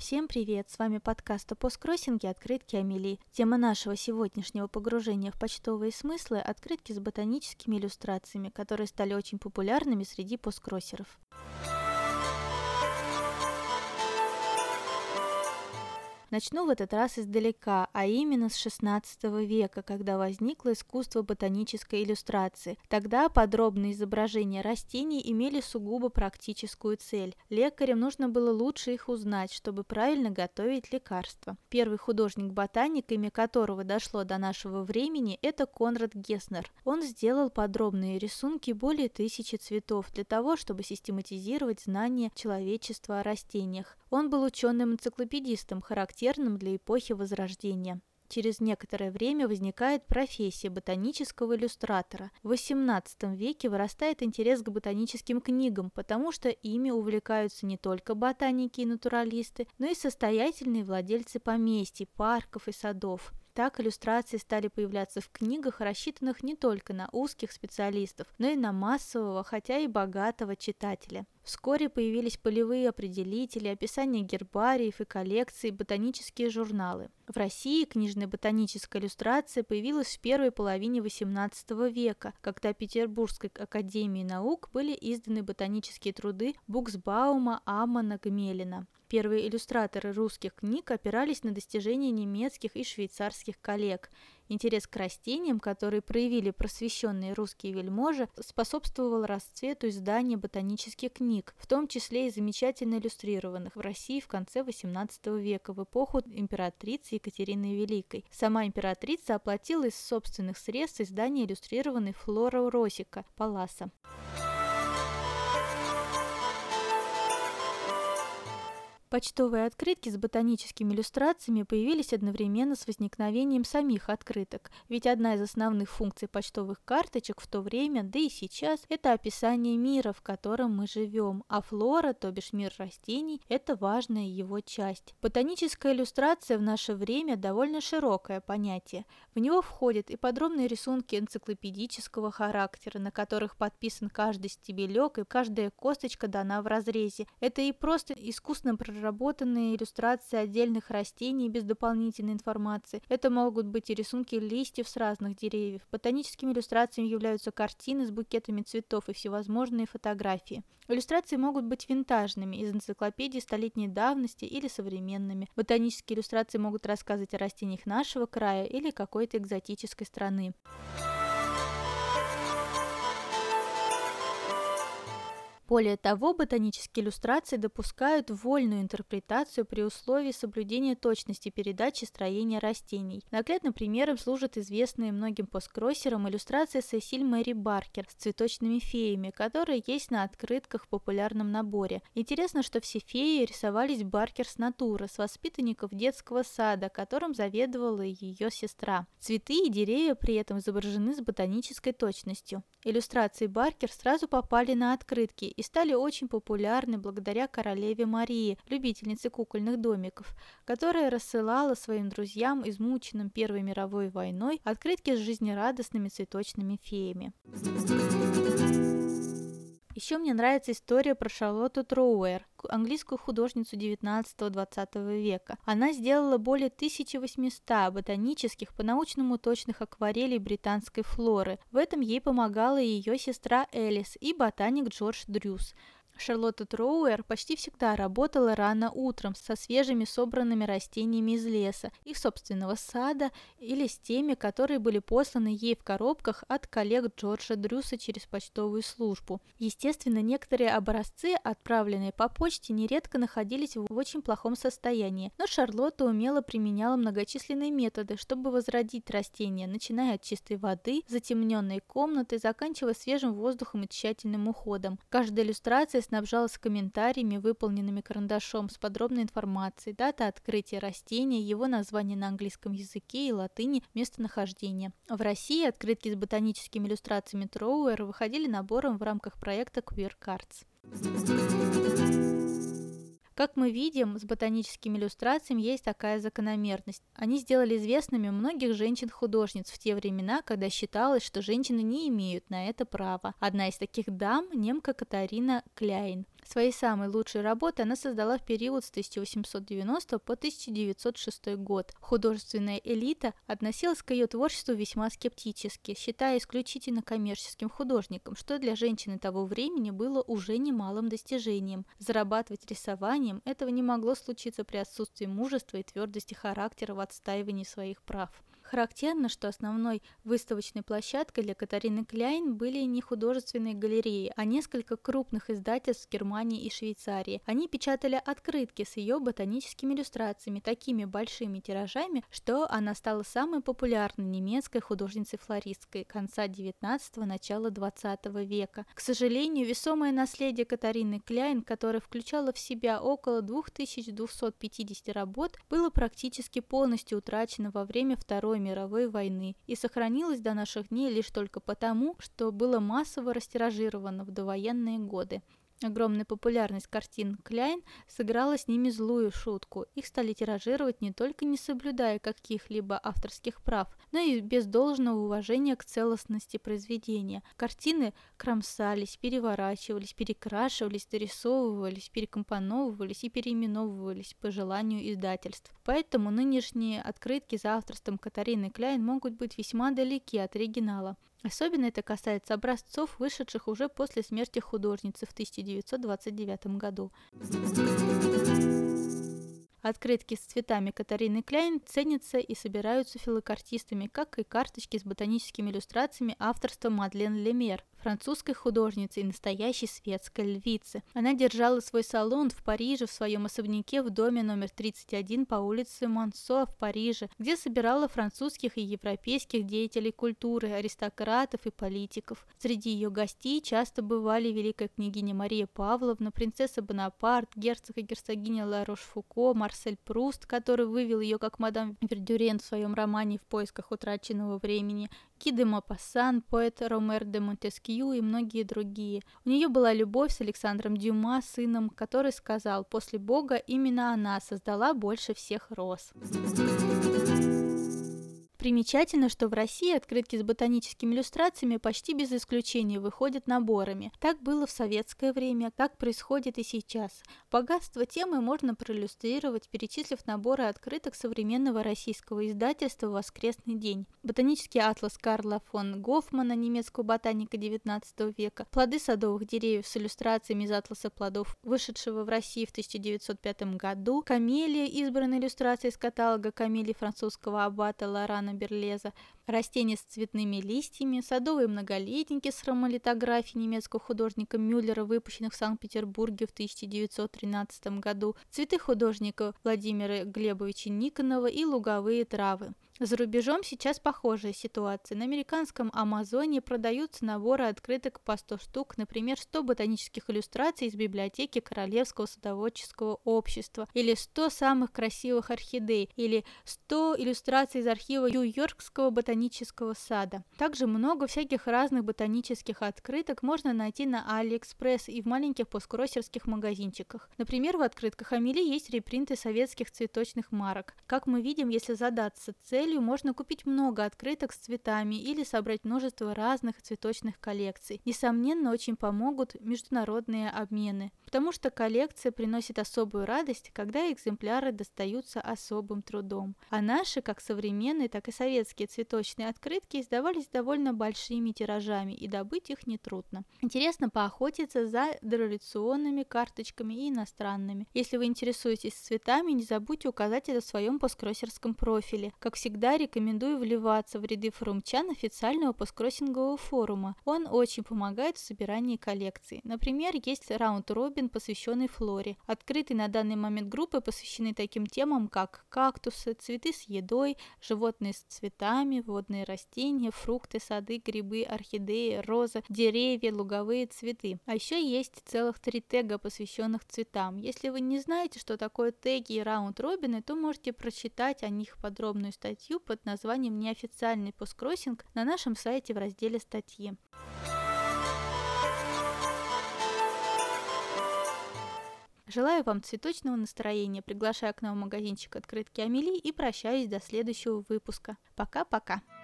Всем привет! С вами подкаст о посткроссинге «Открытки Амели». Тема нашего сегодняшнего погружения в почтовые смыслы – открытки с ботаническими иллюстрациями, которые стали очень популярными среди посткроссеров. Начну в этот раз издалека, а именно с XVI века, когда возникло искусство ботанической иллюстрации. Тогда подробные изображения растений имели сугубо практическую цель. Лекарям нужно было лучше их узнать, чтобы правильно готовить лекарства. Первый художник-ботаник, имя которого дошло до нашего времени, это Конрад Геснер. Он сделал подробные рисунки более 1000 цветов для того, чтобы систематизировать знания человечества о растениях. Он был ученым-энциклопедистом, характерным для эпохи Возрождения. Через некоторое время возникает профессия ботанического иллюстратора. В XVIII веке вырастает интерес к ботаническим книгам, потому что ими увлекаются не только ботаники и натуралисты, но и состоятельные владельцы поместий, парков и садов. Так иллюстрации стали появляться в книгах, рассчитанных не только на узких специалистов, но и на массового, хотя и богатого читателя. Вскоре появились полевые определители, описания гербариев и коллекций, ботанические журналы. В России книжная ботаническая иллюстрация появилась в первой половине XVIII века, когда в Петербургской академии наук были изданы ботанические труды Буксбаума, Аммана, Гмелина. Первые иллюстраторы русских книг опирались на достижения немецких и швейцарских коллег. Интерес к растениям, которые проявили просвещенные русские вельможи, способствовал расцвету издания ботанических книг, в том числе и замечательно иллюстрированных в России в конце XVIII века, в эпоху императрицы Екатерины Великой. Сама императрица оплатила из собственных средств издание иллюстрированной Флора Росика Палласа. Почтовые открытки с ботаническими иллюстрациями появились одновременно с возникновением самих открыток, ведь одна из основных функций почтовых карточек в то время, да и сейчас, это описание мира, в котором мы живем, а флора, то бишь мир растений, это важная его часть. Ботаническая иллюстрация в наше время довольно широкое понятие. В него входят и подробные рисунки энциклопедического характера, на которых подписан каждый стебелек и каждая косточка дана в разрезе. Это и просто искусно проработанные иллюстрации отдельных растений без дополнительной информации. Это могут быть и рисунки листьев с разных деревьев. Ботаническими иллюстрациями являются картины с букетами цветов и всевозможные фотографии. Иллюстрации могут быть винтажными, из энциклопедий столетней давности или современными. Ботанические иллюстрации могут рассказывать о растениях нашего края или какой-то экзотической страны. Более того, ботанические иллюстрации допускают вольную интерпретацию при условии соблюдения точности передачи строения растений. Наглядным примером служит известная многим посткроссерам иллюстрация Сесиль Мэри Баркер с цветочными феями, которые есть на открытках в популярном наборе. Интересно, что все феи рисовались Баркер с натуры, с воспитанников детского сада, которым заведовала ее сестра. Цветы и деревья при этом изображены с ботанической точностью. Иллюстрации Баркер сразу попали на открытки и стали очень популярны благодаря королеве Марии, любительнице кукольных домиков, которая рассылала своим друзьям, измученным Первой мировой войной, открытки с жизнерадостными цветочными феями. Еще мне нравится история про Шарлотту Троуэр, английскую художницу XIX-XX века. Она сделала более 1800 ботанических, по-научному точных акварелей британской флоры. В этом ей помогала ее сестра Элис и ботаник Джордж Дрюс. Шарлотта Троуэр почти всегда работала рано утром со свежими собранными растениями из леса, их собственного сада или с теми, которые были посланы ей в коробках от коллег Джорджа Дрюса через почтовую службу. Естественно, некоторые образцы, отправленные по почте, нередко находились в очень плохом состоянии, но Шарлотта умело применяла многочисленные методы, чтобы возродить растения, начиная от чистой воды, затемненной комнаты, заканчивая свежим воздухом и тщательным уходом. Каждая иллюстрация снабжалась комментариями, выполненными карандашом, с подробной информацией, дата открытия растения, его название на английском языке и латыни, местонахождение. В России открытки с ботаническими иллюстрациями Троуэр выходили набором в рамках проекта Queer Cards. Как мы видим, с ботаническими иллюстрациями есть такая закономерность. Они сделали известными многих женщин-художниц в те времена, когда считалось, что женщины не имеют на это права. Одна из таких дам – немка Катарина Кляйн. Свои самые лучшие работы она создала в период с 1890 по 1906 год. Художественная элита относилась к ее творчеству весьма скептически, считая исключительно коммерческим художником, что для женщины того времени было уже немалым достижением. Зарабатывать рисованием этого не могло случиться при отсутствии мужества и твердости характера в отстаивании своих прав. Характерно, что основной выставочной площадкой для Катарины Кляйн были не художественные галереи, а несколько крупных издательств в Германии и Швейцарии. Они печатали открытки с ее ботаническими иллюстрациями, такими большими тиражами, что она стала самой популярной немецкой художницей-флористкой конца XIX – начала XX века. К сожалению, весомое наследие Катарины Кляйн, которое включало в себя около 2250 работ, было практически полностью утрачено во время Второй мировой войны и сохранилось до наших дней лишь только потому, что было массово растиражировано в довоенные годы. Огромная популярность картин Кляйн сыграла с ними злую шутку. Их стали тиражировать не только не соблюдая каких-либо авторских прав, но и без должного уважения к целостности произведения. Картины кромсались, переворачивались, перекрашивались, дорисовывались, перекомпоновывались и переименовывались по желанию издательств. Поэтому нынешние открытки за авторством Катарины Кляйн могут быть весьма далеки от оригинала. Особенно это касается образцов, вышедших уже после смерти художницы в 1929 году. Открытки с цветами Катарины Кляйн ценятся и собираются филокартистами, как и карточки с ботаническими иллюстрациями авторства Мадлен Лемер, французской художницы и настоящей светской львицы. Она держала свой салон в Париже в своем особняке в доме номер 31 по улице Монсо в Париже, где собирала французских и европейских деятелей культуры, аристократов и политиков. Среди ее гостей часто бывали великая княгиня Мария Павловна, принцесса Бонапарт, герцог и герцогиня Ла Рошфуко, Марсель Пруст, который вывел ее как мадам Вердюрен в своем романе «В поисках утраченного времени», Ги де Мопассан, поэт Ромер де Монтескью и многие другие. У нее была любовь с Александром Дюма, сыном, который сказал: «После Бога именно она создала больше всех роз». Примечательно, что в России открытки с ботаническими иллюстрациями почти без исключения выходят наборами. Так было в советское время, так происходит и сейчас. Богатство темы можно проиллюстрировать, перечислив наборы открыток современного российского издательства «Воскресный день». Ботанический атлас Карла фон Гофмана, немецкого ботаника XIX века, плоды садовых деревьев с иллюстрациями из атласа плодов, вышедшего в России в 1905 году, камелия, избранная иллюстрация из каталога камелий французского аббата Лорана Берлеза, растения с цветными листьями, садовые многолетники с хромолитографией немецкого художника Мюллера, выпущенных в Санкт-Петербурге в 1913 году, цветы художника Владимира Глебовича Никонова и луговые травы. За рубежом сейчас похожая ситуация. На американском Амазоне продаются наборы открыток по 100 штук, например, 100 ботанических иллюстраций из библиотеки Королевского садоводческого общества, или 100 самых красивых орхидей, или 100 иллюстраций из архива Нью-Йоркского ботанического сада. Также много всяких разных ботанических открыток можно найти на AliExpress и в маленьких посткроссерских магазинчиках. Например, в открытках Амели есть репринты советских цветочных марок. Как мы видим, если задаться целью, можно купить много открыток с цветами или собрать множество разных цветочных коллекций. Несомненно, очень помогут международные обмены, потому что коллекция приносит особую радость, когда экземпляры достаются особым трудом. А наши, как современные, так и советские цветочные открытки издавались довольно большими тиражами, и добыть их нетрудно. Интересно поохотиться за дореволюционными карточками и иностранными. Если вы интересуетесь цветами, не забудьте указать это в своем посткроссерском профиле. Как всегда, рекомендую вливаться в ряды форумчан официального посткроссингового форума. Он очень помогает в собирании коллекций. Например, есть раунд-робин, посвященный флоре. Открытые на данный момент группы посвящены таким темам, как кактусы, цветы с едой, животные с цветами, водные растения, фрукты, сады, грибы, орхидеи, розы, деревья, луговые цветы. А еще есть целых 3 тега, посвященных цветам. Если вы не знаете, что такое теги и раунд-робины, то можете прочитать о них подробную статью под названием «Неофициальный посткроссинг» на нашем сайте в разделе «Статьи». Желаю вам цветочного настроения, приглашаю к нам в магазинчик открытки Амели и прощаюсь до следующего выпуска. Пока-пока!